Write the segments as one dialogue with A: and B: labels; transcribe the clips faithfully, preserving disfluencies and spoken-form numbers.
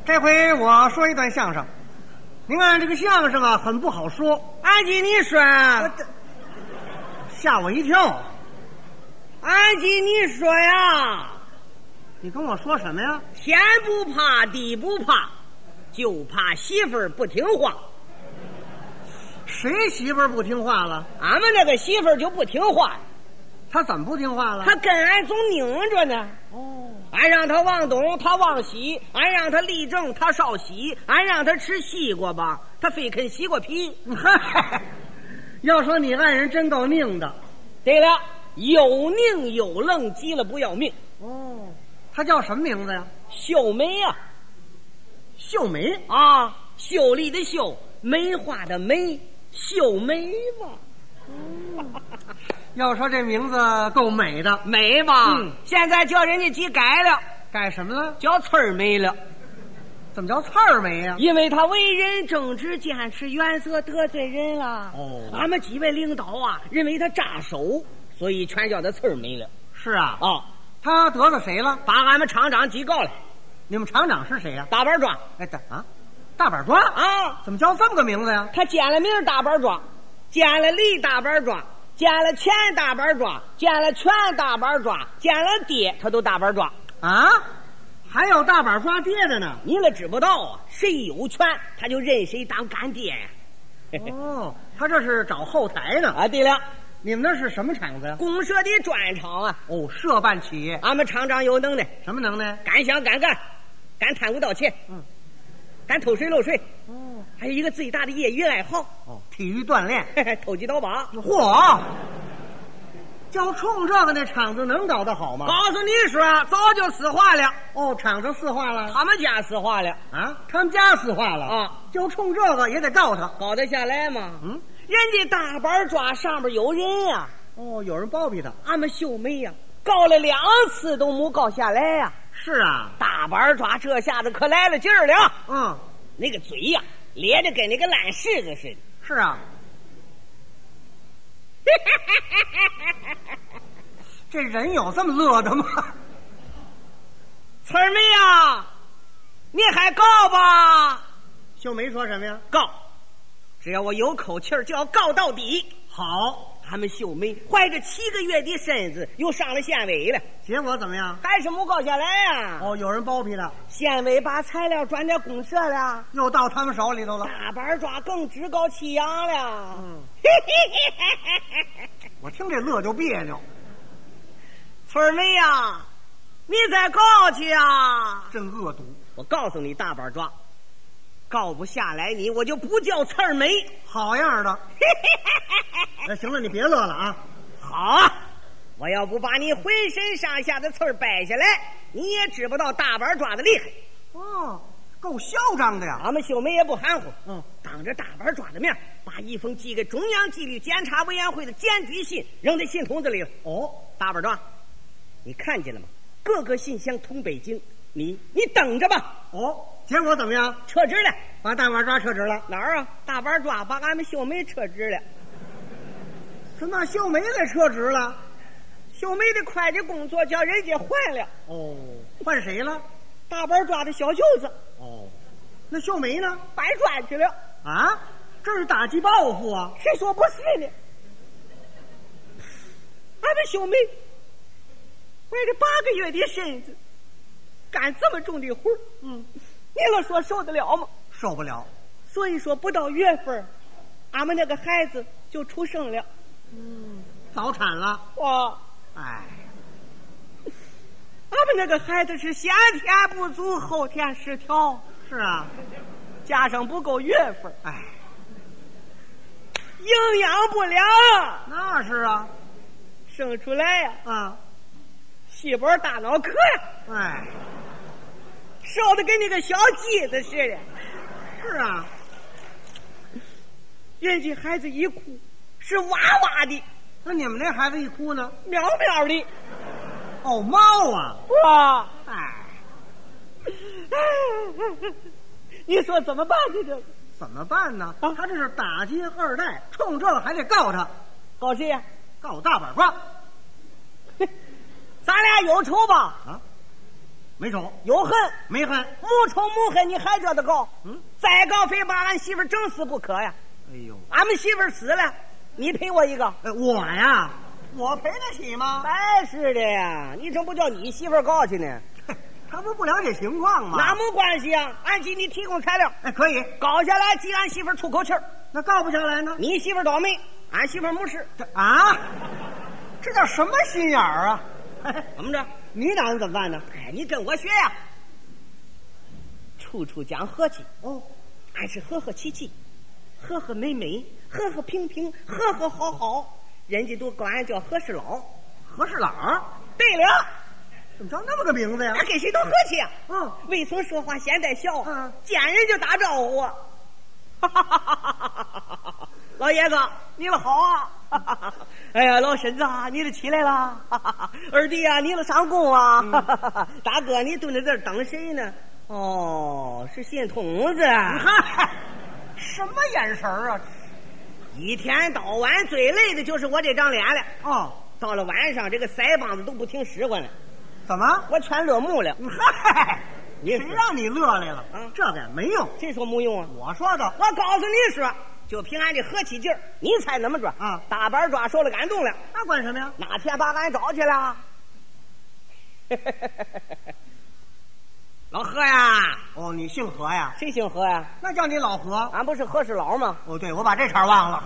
A: 这回我说一段相声。您看这个相声啊，很不好说。
B: 安吉，你说，
A: 吓我一跳。
B: 安吉，你说呀，
A: 你跟我说什么呀？
B: 天不怕地不怕，就怕媳妇儿不听话。
A: 谁媳妇儿不听话了？
B: 俺们那个媳妇儿就不听话。
A: 她怎么不听话了？
B: 她跟俺总拧着呢。
A: 哦，
B: 俺让她往东，她往西；俺让她立正，她稍西；俺让她吃西瓜吧，她非啃西瓜皮。
A: 嗨，要说你爱人真够拧的。
B: 对了，又拧又愣，急了不要命。
A: 哦，她叫什么名字呀？
B: 秀梅呀、啊，
A: 秀梅
B: 啊，秀丽的秀，梅花的梅，秀梅嘛。
A: 嗯要说这名字够美的，
B: 美吧？
A: 嗯，
B: 现在叫人家给改了，
A: 改什么了？
B: 叫刺儿梅了。
A: 怎么叫刺儿梅呀？
B: 因为他为人正直、坚持原则，得罪人了。
A: 哦，
B: 俺们几位领导啊，认为他炸手，所以全叫他刺儿梅了。
A: 是啊，
B: 哦，
A: 他得罪谁了？
B: 把俺们厂长给告了。
A: 你们厂长是谁呀？
B: 大板庄。
A: 哎，大啊，大板庄
B: 啊，
A: 怎么叫这么个名字呀？
B: 他兼了名大板庄，兼了利大板庄。兼了钱大板庄，兼了权大板庄，兼了爹，他都大板庄
A: 啊！还有大板抓爹的呢？
B: 你了知不道啊？谁有权，他就认谁当干爹呀。
A: 哦，他这是找后台呢。
B: 啊，对了，
A: 你们那是什么厂子呀？
B: 公社的专厂啊。
A: 哦，社办企业。
B: 俺们厂长有能耐。
A: 什么能耐？
B: 敢想敢干，敢贪污盗窃，
A: 嗯，
B: 敢偷税漏税。
A: 哦，
B: 还有一个最大的业余爱好。
A: 哦，体育锻炼，
B: 偷鸡倒把。
A: 嚯！就冲这个那厂子能搞得好吗？
B: 告诉你说，早就死化了。
A: 哦，厂子死化了，
B: 他们家死化了
A: 啊？他们家死化了
B: 啊？
A: 就冲这个也得告他，
B: 告得下来吗？
A: 嗯，
B: 人家大板抓上边有人呀、啊。
A: 哦，有人包庇他。
B: 俺们秀梅呀、啊，告了两次都没告下来呀、啊。
A: 是啊，
B: 大板抓这下子可来了劲儿了。
A: 嗯，
B: 那个嘴呀、啊，咧着跟那个烂柿子似的。
A: 是啊。这人有这么乐的吗？
B: 词儿梅呀，你还告吧？
A: 秀梅说什么呀？
B: 告，只要我有口气儿，就要告到底。
A: 好，
B: 他们秀梅怀着七个月的身子，又上了县委了。
A: 结果怎么样？
B: 还是没告下来呀、啊。
A: 哦，有人包庇他。
B: 县委把材料转到公社了，
A: 又到他们手里头了。
B: 大板抓更趾高气扬了。
A: 嗯，我听这乐就别扭。
B: 村儿梅呀，你再告去啊！
A: 真恶毒！
B: 我告诉你，大板抓，告不下来你，我就不叫刺儿梅。
A: 好样的！那行了，你别乐了啊！
B: 好啊，我要不把你浑身上下的刺儿掰下来，你也知不到大板抓的厉害。
A: 哦，够嚣张的呀！
B: 俺们秀梅也不含糊，
A: 嗯，
B: 当着大板抓的面，把一封寄给中央纪律检查委员会的检举信扔在信筒子里了。
A: 哦，
B: 大板抓，你看见了吗？各个信箱通北京，你你等着吧。
A: 哦，结果怎么样？
B: 撤职了，
A: 把大板抓撤职了。
B: 哪儿啊？大板抓把俺们秀梅撤职了。
A: 什么？秀梅给撤职了？
B: 秀梅的会计工作叫人家换了。
A: 哦，换谁了？
B: 大板抓的小舅子。
A: 哦，那秀梅呢？
B: 搬砖去了。
A: 啊，这是打击报复啊！
B: 谁说不是呢？俺们秀梅怀着八个月的身子，干这么重的活，
A: 嗯，
B: 你了说受得了吗？
A: 受不了。
B: 所以说不到月份，俺们那个孩子就出生了。
A: 嗯，早产了。
B: 哇，
A: 哎，
B: 俺们那个孩子是先天不足，后天失调。
A: 是啊，
B: 加上不够月份，
A: 哎，
B: 营养不良。
A: 那是啊，
B: 生出来呀、
A: 啊，啊，
B: 细胞大脑壳呀，
A: 哎，
B: 瘦的跟那个小鸡子似的。
A: 是啊，
B: 人家孩子一哭是哇哇的，
A: 那你们这孩子一哭呢？
B: 喵喵的。
A: 哦，猫啊！
B: 哇，
A: 哎，
B: 你说怎么办呢？这个
A: 怎么办呢？
B: 啊
A: 他这是打击二代，冲这个还得告他，
B: 告谁呀、
A: 告大板抓。
B: 咱俩有仇吧？
A: 啊， 没仇，
B: 有恨
A: 没恨，
B: 母仇母恨，你还觉得告？
A: 嗯，
B: 再告非把俺媳妇整死不可呀！
A: 哎呦，
B: 俺们媳妇死了，你赔我一个。
A: 哎，我呀，我赔得起吗？
B: 哎，是的呀，你怎么不叫你媳妇告去呢？
A: 他不不了解情况吗？
B: 那没关系啊，俺给你提供材料。
A: 哎，可以
B: 告下来，替俺媳妇出口气儿。
A: 那告不下来呢？
B: 你媳妇倒霉，俺媳妇没事。
A: 这啊，这叫什么心眼儿啊？
B: 怎么着？
A: 你打算怎么办呢？
B: 哎，你跟我学呀，处处讲和气。
A: 哦，
B: 俺是和和气气，和和美美，和和平平，和和好好，人家都管俺叫和事佬。
A: 和事佬？
B: 对了，
A: 怎么叫那么个名字呀？
B: 俺跟谁都和气啊。
A: 嗯，
B: 未曾说话先带笑，
A: 嗯，
B: 见人就打招呼。老爷子，你了好啊！哎呀，老婶子，你了起来了。二弟啊，你了上工啊！嗯、大哥，你蹲在这儿等谁呢？哦，是新筒子。
A: 什么眼神啊？
B: 一天到晚最累的就是我这张脸了。
A: 哦，
B: 到了晚上，这个腮帮子都不听使唤了。
A: 怎么？
B: 我全乐木了。
A: 嗨，谁让你乐来了？啊，这个没用。
B: 谁说没用啊？
A: 我说的。
B: 我告诉你说，就凭俺这和气劲儿，你猜怎么着？
A: 啊，
B: 大板抓手了感动了。
A: 那管什么呀？
B: 哪天把俺找去了？老何呀！
A: 哦，你姓何呀？
B: 谁姓何呀？
A: 那叫你老何。
B: 俺不是何事佬吗？
A: 哦，对，我把这茬忘了。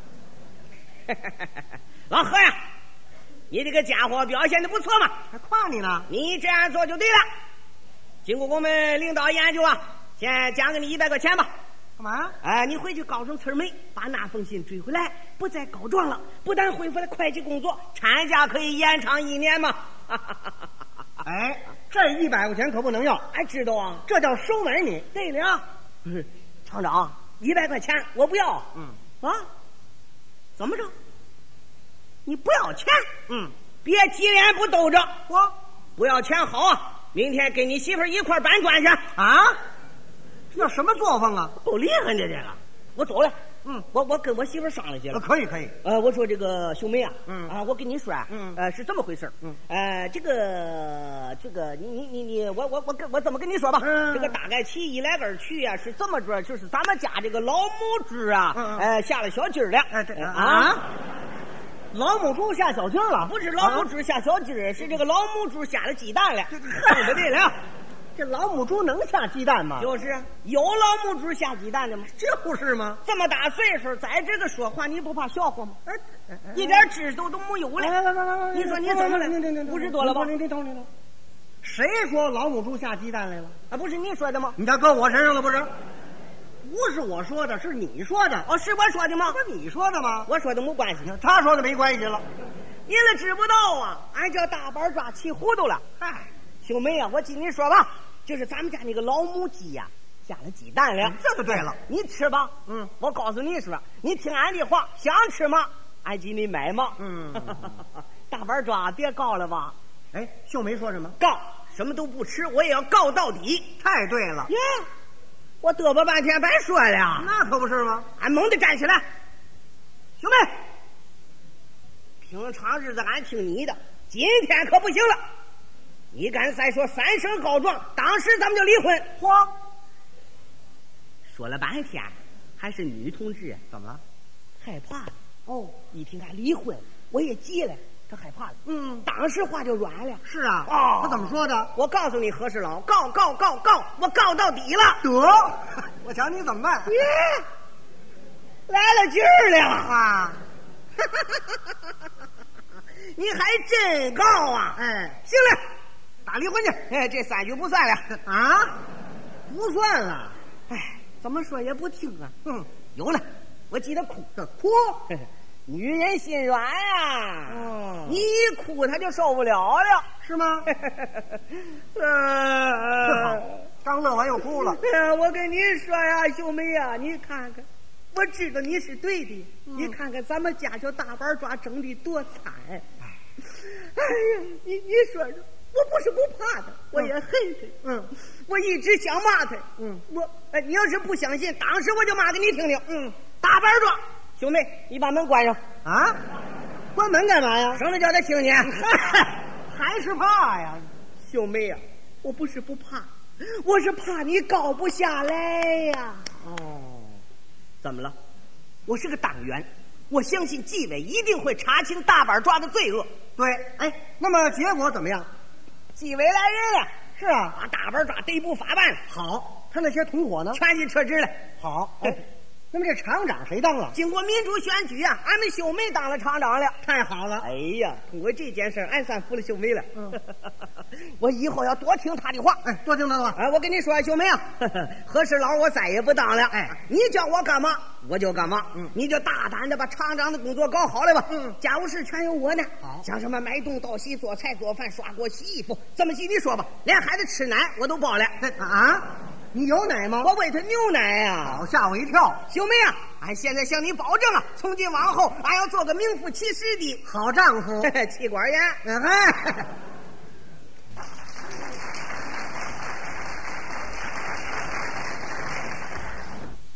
B: 老何呀，你这个家伙表现的不错嘛，
A: 还夸你呢。
B: 你这样做就对了。经过我们领导研究啊，先奖给你一百块钱吧。
A: 干嘛？
B: 哎，你回去告诉翠梅，把那封信追回来，不再告状了。不但恢复了会计工作，产假可以延长一年嘛。
A: 哎，这一百块钱可不能要。
B: 哎，知道啊，
A: 这叫收买你。
B: 对了，嗯，厂长，一百块钱我不要。
A: 嗯
B: 啊，怎么着？你不要钱？
A: 嗯，
B: 别急脸不兜着。
A: 我
B: 不要钱好啊，明天跟你媳妇一块搬砖去。
A: 啊？这叫什么作风啊？
B: 够厉害的这个。我走了。
A: 嗯，
B: 我我跟我媳妇商量去了。
A: 呃，可以可以。
B: 呃，我说这个秀梅啊，
A: 嗯
B: 啊，我跟你说啊，
A: 嗯，
B: 呃，是这么回事。
A: 嗯，
B: 呃，这个这个，你你你你，我我我跟我这么跟你说吧，
A: 嗯，
B: 这个大概其一来二去啊，是这么着，就是咱们家这个老母猪啊，
A: 嗯，
B: 呃，下了小鸡儿了。
A: 哎，这
B: 啊，
A: 老母猪下小鸡儿了？
B: 不是老母猪下小鸡儿，是这个老母猪下了鸡蛋了。对不对了？
A: 这老母猪能下鸡蛋吗？
B: 就是啊，有老母猪下鸡蛋的吗？
A: 就是吗？
B: 这么大岁数，在这个说话，你不怕笑话吗？
A: 哎，
B: 一点知识都都没有了。
A: 来来来来来，
B: 你说你怎么了？五十多了吧？
A: 你你等你等，谁说老母猪下鸡蛋来了？
B: 啊，不是你说的吗？
A: 你家搁我身上了不是？不是我说的，是你说的。
B: 哦，是我说的吗？
A: 不是你说的吗？
B: 我说的没关系。
A: 他说的没关系了。
B: 你了知不道啊？俺叫大板抓气糊涂了。
A: 嗨，
B: 秀梅啊，我听你说吧。就是咱们家那个老母鸡呀、啊，下了鸡蛋了，
A: 这就对了。
B: 你吃吧，
A: 嗯，
B: 我告诉你说，你听俺的话，想吃吗？俺给你买嘛。
A: 嗯，
B: 大板抓，别告了吧。
A: 哎，秀梅说什么？
B: 告，什么都不吃，我也要告到底。
A: 太对了。
B: 耶，我嘚啵半天白说了。
A: 那可不是吗？
B: 俺猛地站起来，秀梅，平常日子俺听你的，今天可不行了。你敢再说三声告状，当时咱们就离婚。
A: 嚯！
B: 说了半天，还是女同志，
A: 怎么了？
B: 害怕了。
A: 哦，
B: 一听俺离婚，我也急了，他害怕了。
A: 嗯，
B: 当时话就软了。
A: 是啊。
B: 哦，
A: 他怎么说的？
B: 我告诉你，何事佬，告告告告，我告到底了。
A: 得，我瞧你怎么办？
B: 耶，来了劲儿了
A: 啊！
B: 你还真告啊？
A: 哎，
B: 行了。
A: 打离婚去！
B: 哎，这三句不算了
A: 啊，不算了。
B: 哎，怎么说也不听啊。
A: 嗯，
B: 有了，我记得哭，
A: 哭。
B: 女人心软呀、啊，
A: 哦，
B: 你一哭她就受不了了，
A: 是吗？
B: 呃，
A: 刚乐完又哭了。
B: 我跟你说呀，秀梅呀，你看看，我知道你是对的，嗯、你看看咱们家小大板抓整的多惨。哎呀，你你说说。我不是不怕他，我也恨他。
A: 嗯，
B: 我一直想骂他。
A: 嗯，
B: 我哎，你要是不相信，当时我就骂给你听听。
A: 嗯，
B: 大板抓，兄妹，你把门关上。
A: 啊？关门干嘛呀？
B: 省得叫他听见。
A: 还是怕呀，
B: 兄妹呀、啊， 我不是不怕，我是怕你高不下来呀。
C: 哦，怎么了？我是个党员，我相信纪委一定会查清大板抓的罪恶。
A: 对，哎，那么结果怎么样？
C: 纪委来人了，
A: 是啊，
C: 把大板抓逮捕法办了，
A: 好，他那些同伙呢？
C: 全给撤职了。
A: 好，哎，那么这厂长谁当了？
C: 经过民主选举啊，俺们秀梅当了厂长了。
A: 太好了！
C: 哎呀，通过这件事俺算服了秀梅了。
A: 嗯，
C: 我以后要多听她的话。
A: 哎，多听她的话。
C: 哎，我跟你说，秀梅啊，和事佬我再也不当了。
A: 哎，
C: 你叫我干嘛我就干嘛。
A: 嗯，
C: 你就大胆的把厂长的工作搞好了吧。
A: 嗯，
C: 家务事全由我呢。
A: 好，
C: 像什么买东倒西、做菜做饭、刷锅洗衣服，这么细你说吧，连孩子吃奶我都包了。
A: 啊？你有奶吗？
C: 我喂他牛奶呀！
A: 好，吓我一跳。
C: 秀梅啊，俺现在向你保证啊，从今往后，俺要做个名副其实的
A: 好丈夫，
C: 气管炎。
A: 哎嗨。